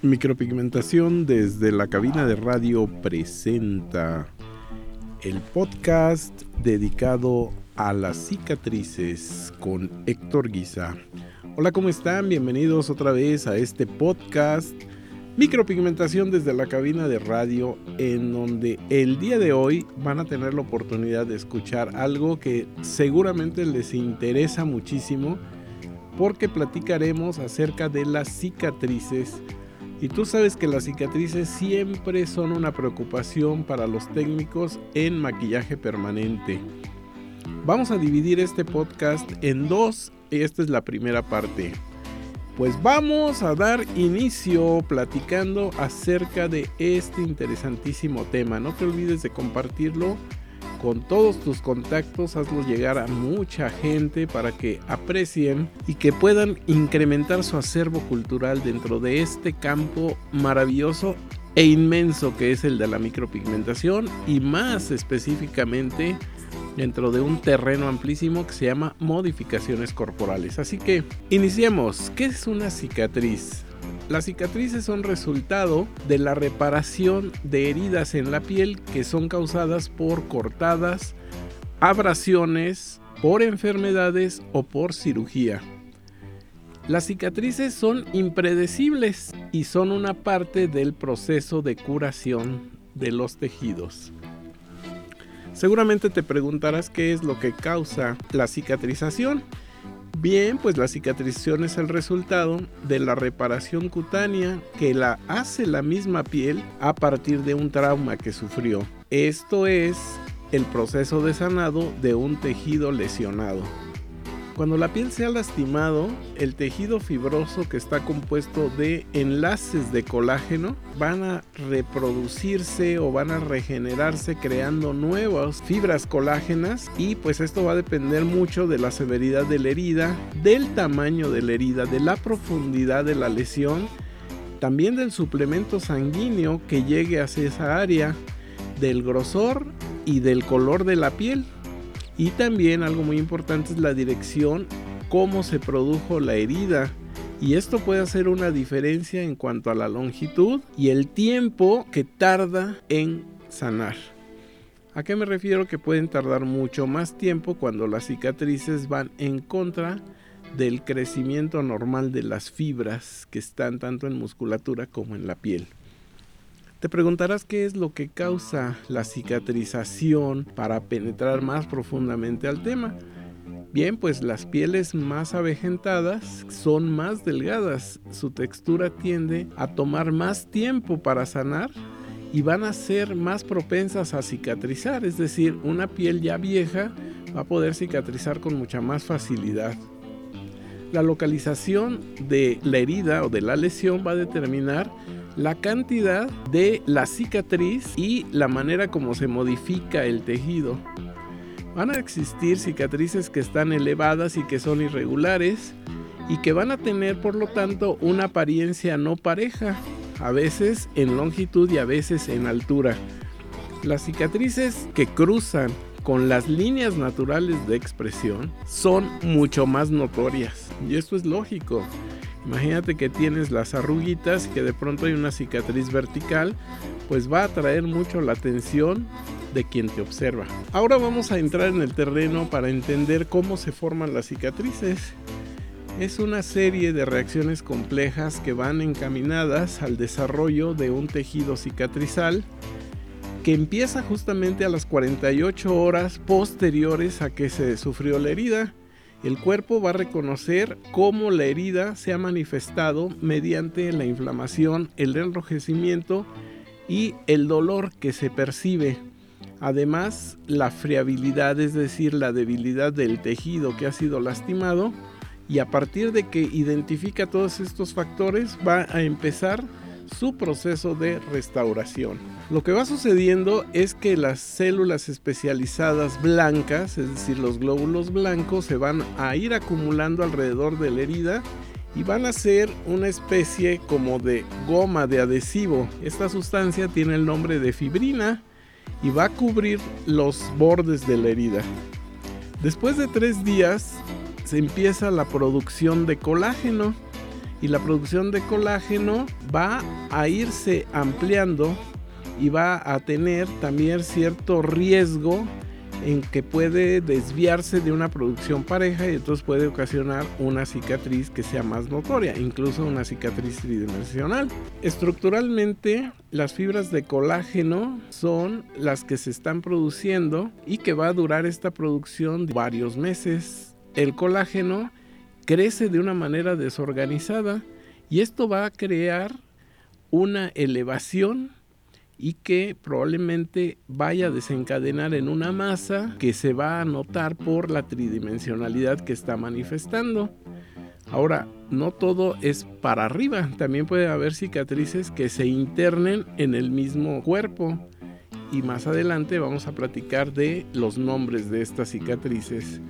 Micropigmentación desde la cabina de radio presenta el podcast dedicado a las cicatrices con Héctor Guiza. Hola, ¿cómo están? Bienvenidos otra vez a este podcast Micropigmentación desde la cabina de radio, en donde el día de hoy van a tener la oportunidad de escuchar algo que seguramente les interesa muchísimo, porque platicaremos acerca de las cicatrices. Y tú sabes que las cicatrices siempre son una preocupación para los técnicos en maquillaje permanente. Vamos a dividir este podcast en dos y esta es la primera parte. Pues vamos a dar inicio platicando acerca de este interesantísimo tema. No te olvides de compartirlo con todos tus contactos, hazlo llegar a mucha gente para que aprecien y que puedan incrementar su acervo cultural dentro de este campo maravilloso e inmenso que es el de la micropigmentación, y más específicamente dentro de un terreno amplísimo que se llama modificaciones corporales. Así que iniciemos. ¿Qué es una cicatriz? Las cicatrices son resultado de la reparación de heridas en la piel que son causadas por cortadas, abrasiones, por enfermedades o por cirugía. Las cicatrices son impredecibles y son una parte del proceso de curación de los tejidos. Seguramente te preguntarás qué es lo que causa la cicatrización. Bien, pues la cicatrización es el resultado de la reparación cutánea que la hace la misma piel a partir de un trauma que sufrió. Esto es el proceso de sanado de un tejido lesionado. Cuando la piel se ha lastimado, el tejido fibroso, que está compuesto de enlaces de colágeno, van a reproducirse o van a regenerarse creando nuevas fibras colágenas, y pues esto va a depender mucho de la severidad de la herida, del tamaño de la herida, de la profundidad de la lesión, también del suplemento sanguíneo que llegue hacia esa área, del grosor y del color de la piel. Y también algo muy importante es la dirección, cómo se produjo la herida. Y esto puede hacer una diferencia en cuanto a la longitud y el tiempo que tarda en sanar. ¿A qué me refiero? Que pueden tardar mucho más tiempo cuando las cicatrices van en contra del crecimiento normal de las fibras que están tanto en musculatura como en la piel. Te preguntarás qué es lo que causa la cicatrización para penetrar más profundamente al tema. Bien, pues las pieles más avejentadas son más delgadas, su textura tiende a tomar más tiempo para sanar y van a ser más propensas a cicatrizar, es decir, una piel ya vieja va a poder cicatrizar con mucha más facilidad. La localización de la herida o de la lesión va a determinar la cantidad de la cicatriz y la manera como se modifica el tejido. Van a existir cicatrices que están elevadas y que son irregulares y que van a tener, por lo tanto, una apariencia no pareja, a veces en longitud y a veces en altura. Las cicatrices que cruzan con las líneas naturales de expresión son mucho más notorias, y esto es lógico. Imagínate que tienes las arruguitas y que de pronto hay una cicatriz vertical, pues va a atraer mucho la atención de quien te observa. Ahora vamos a entrar en el terreno para entender cómo se forman las cicatrices. Es una serie de reacciones complejas que van encaminadas al desarrollo de un tejido cicatrizal que empieza justamente a las 48 horas posteriores a que se sufrió la herida. El cuerpo va a reconocer cómo la herida se ha manifestado mediante la inflamación, el enrojecimiento y el dolor que se percibe. Además, la friabilidad, es decir, la debilidad del tejido que ha sido lastimado, y a partir de que identifica todos estos factores va a empezar su proceso de restauración. Lo que va sucediendo es que las células especializadas blancas, es decir, los glóbulos blancos, se van a ir acumulando alrededor de la herida y van a ser una especie como de goma, de adhesivo. Esta sustancia tiene el nombre de fibrina y va a cubrir los bordes de la herida. Después de 3 días se empieza la producción de colágeno. Y la producción de colágeno va a irse ampliando y va a tener también cierto riesgo en que puede desviarse de una producción pareja y entonces puede ocasionar una cicatriz que sea más notoria, incluso una cicatriz tridimensional. Estructuralmente, las fibras de colágeno son las que se están produciendo y que va a durar esta producción varios meses. El colágeno crece de una manera desorganizada y esto va a crear una elevación y que probablemente vaya a desencadenar en una masa que se va a notar por la tridimensionalidad que está manifestando. Ahora, no todo es para arriba, también puede haber cicatrices que se internen en el mismo cuerpo y más adelante vamos a platicar de los nombres de estas cicatrices.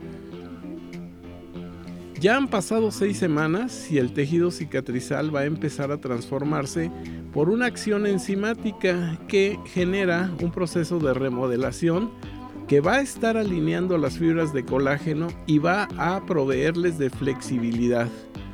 Ya han pasado 6 semanas y el tejido cicatrizal va a empezar a transformarse por una acción enzimática que genera un proceso de remodelación que va a estar alineando las fibras de colágeno y va a proveerles de flexibilidad.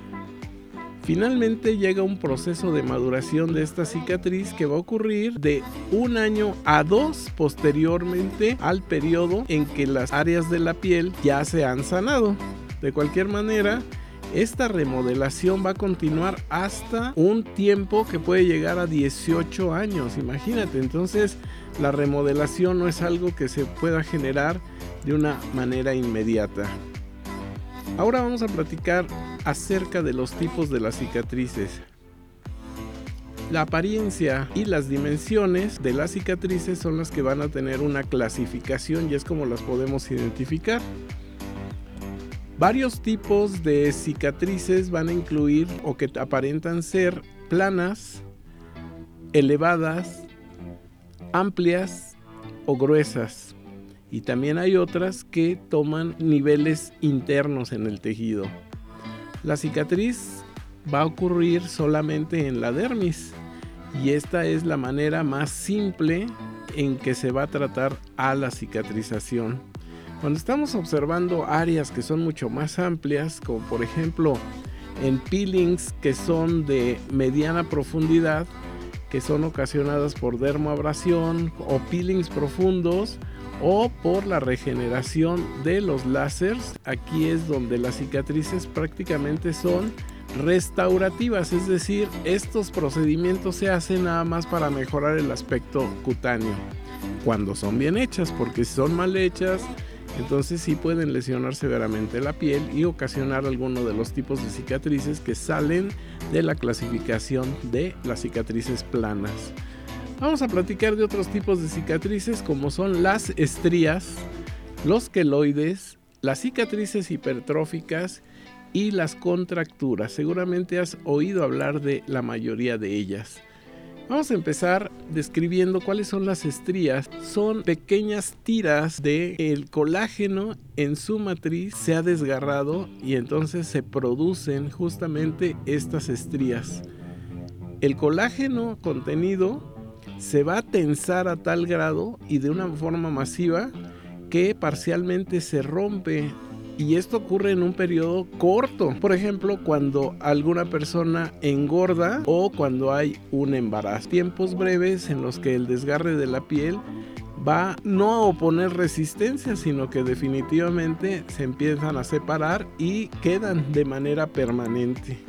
Finalmente llega un proceso de maduración de esta cicatriz que va a ocurrir de 1 año a 2 posteriormente al periodo en que las áreas de la piel ya se han sanado. De cualquier manera, esta remodelación va a continuar hasta un tiempo que puede llegar a 18 años. Imagínate, entonces la remodelación no es algo que se pueda generar de una manera inmediata. Ahora vamos a platicar acerca de los tipos de las cicatrices. La apariencia y las dimensiones de las cicatrices son las que van a tener una clasificación y es como las podemos identificar. Varios tipos de cicatrices van a incluir o que aparentan ser planas, elevadas, amplias o gruesas. Y también hay otras que toman niveles internos en el tejido. La cicatriz va a ocurrir solamente en la dermis y esta es la manera más simple en que se va a tratar a la cicatrización. Cuando estamos observando áreas que son mucho más amplias, como por ejemplo en peelings que son de mediana profundidad, que son ocasionadas por dermoabrasión o peelings profundos o por la regeneración de los láseres, aquí es donde las cicatrices prácticamente son restaurativas, es decir, estos procedimientos se hacen nada más para mejorar el aspecto cutáneo, cuando son bien hechas, porque si son mal hechas, entonces sí pueden lesionar severamente la piel y ocasionar alguno de los tipos de cicatrices que salen de la clasificación de las cicatrices planas. Vamos a platicar de otros tipos de cicatrices como son las estrías, los queloides, las cicatrices hipertróficas y las contracturas. Seguramente has oído hablar de la mayoría de ellas. Vamos a empezar describiendo cuáles son las estrías. Son pequeñas tiras del colágeno en su matriz, se ha desgarrado y entonces se producen justamente estas estrías. El colágeno contenido se va a tensar a tal grado y de una forma masiva que parcialmente se rompe. Y esto ocurre en un periodo corto, por ejemplo, cuando alguna persona engorda o cuando hay un embarazo. Tiempos breves en los que el desgarre de la piel va no a oponer resistencia, sino que definitivamente se empiezan a separar y quedan de manera permanente.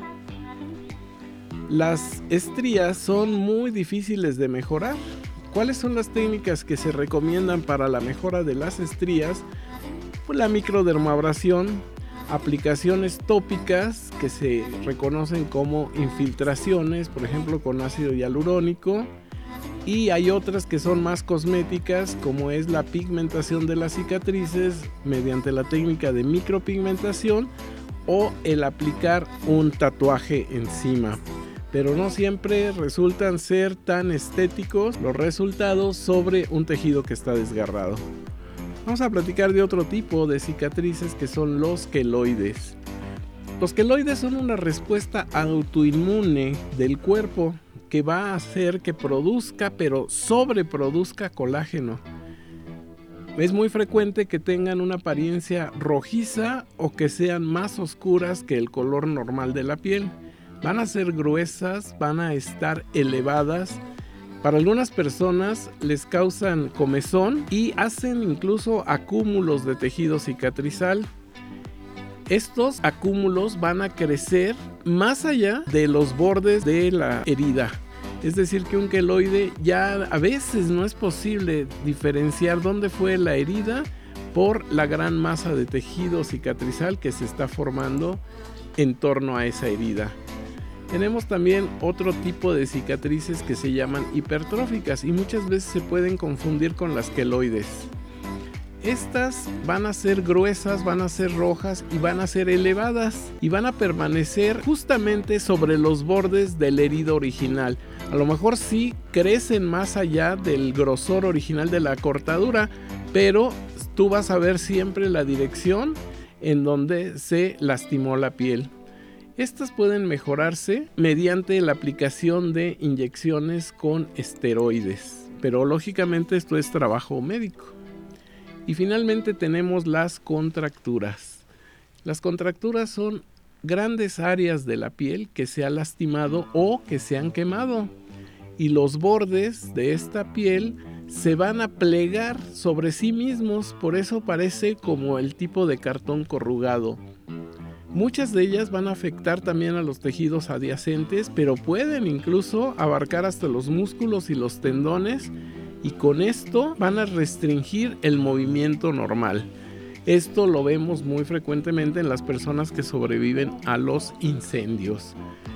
Las estrías son muy difíciles de mejorar. ¿Cuáles son las técnicas que se recomiendan para la mejora de las estrías? La microdermabrasión, aplicaciones tópicas que se reconocen como infiltraciones, por ejemplo con ácido hialurónico, y hay otras que son más cosméticas, como es la pigmentación de las cicatrices mediante la técnica de micropigmentación o el aplicar un tatuaje encima. Pero no siempre resultan ser tan estéticos los resultados sobre un tejido que está desgarrado. Vamos a platicar de otro tipo de cicatrices que son los queloides. Los queloides son una respuesta autoinmune del cuerpo que va a hacer que produzca, pero sobreproduzca colágeno. Es muy frecuente que tengan una apariencia rojiza o que sean más oscuras que el color normal de la piel. van a ser gruesas, van a estar elevadas. Para algunas personas les causan comezón y hacen incluso acúmulos de tejido cicatrizal. Estos acúmulos van a crecer más allá de los bordes de la herida. Es decir, que un queloide ya a veces no es posible diferenciar dónde fue la herida por la gran masa de tejido cicatrizal que se está formando en torno a esa herida. Tenemos también otro tipo de cicatrices que se llaman hipertróficas y muchas veces se pueden confundir con las queloides. Estas van a ser gruesas, van a ser rojas y van a ser elevadas y van a permanecer justamente sobre los bordes del herido original. A lo mejor sí crecen más allá del grosor original de la cortadura, pero tú vas a ver siempre la dirección en donde se lastimó la piel. Estas pueden mejorarse mediante la aplicación de inyecciones con esteroides, pero lógicamente esto es trabajo médico. Y finalmente tenemos las contracturas. Las contracturas son grandes áreas de la piel que se ha lastimado o que se han quemado. Y los bordes de esta piel se van a plegar sobre sí mismos, por eso parece como el tipo de cartón corrugado. Muchas de ellas van a afectar también a los tejidos adyacentes, pero pueden incluso abarcar hasta los músculos y los tendones, y con esto van a restringir el movimiento normal. Esto lo vemos muy frecuentemente en las personas que sobreviven a los incendios.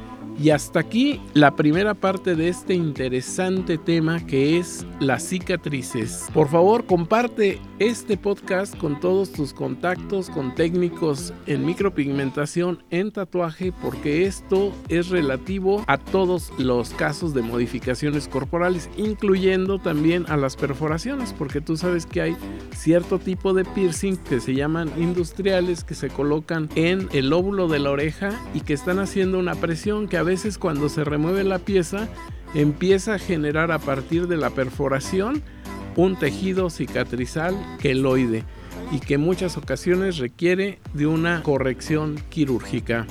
Y hasta aquí la primera parte de este interesante tema que es las cicatrices. Por favor, comparte este podcast con todos tus contactos, con técnicos en micropigmentación en tatuaje, porque esto es relativo a todos los casos de modificaciones corporales, incluyendo también a las perforaciones, porque tú sabes que hay cierto tipo de piercing que se llaman industriales, que se colocan en el lóbulo de la oreja y que están haciendo una presión que a veces cuando se remueve la pieza empieza a generar a partir de la perforación un tejido cicatrizal queloide y que en muchas ocasiones requiere de una corrección quirúrgica.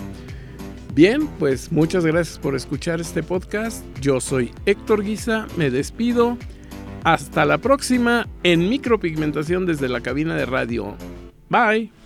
Bien, pues muchas gracias por escuchar este podcast. Yo soy Héctor Guisa, me despido. Hasta la próxima en micropigmentación desde la cabina de radio. Bye.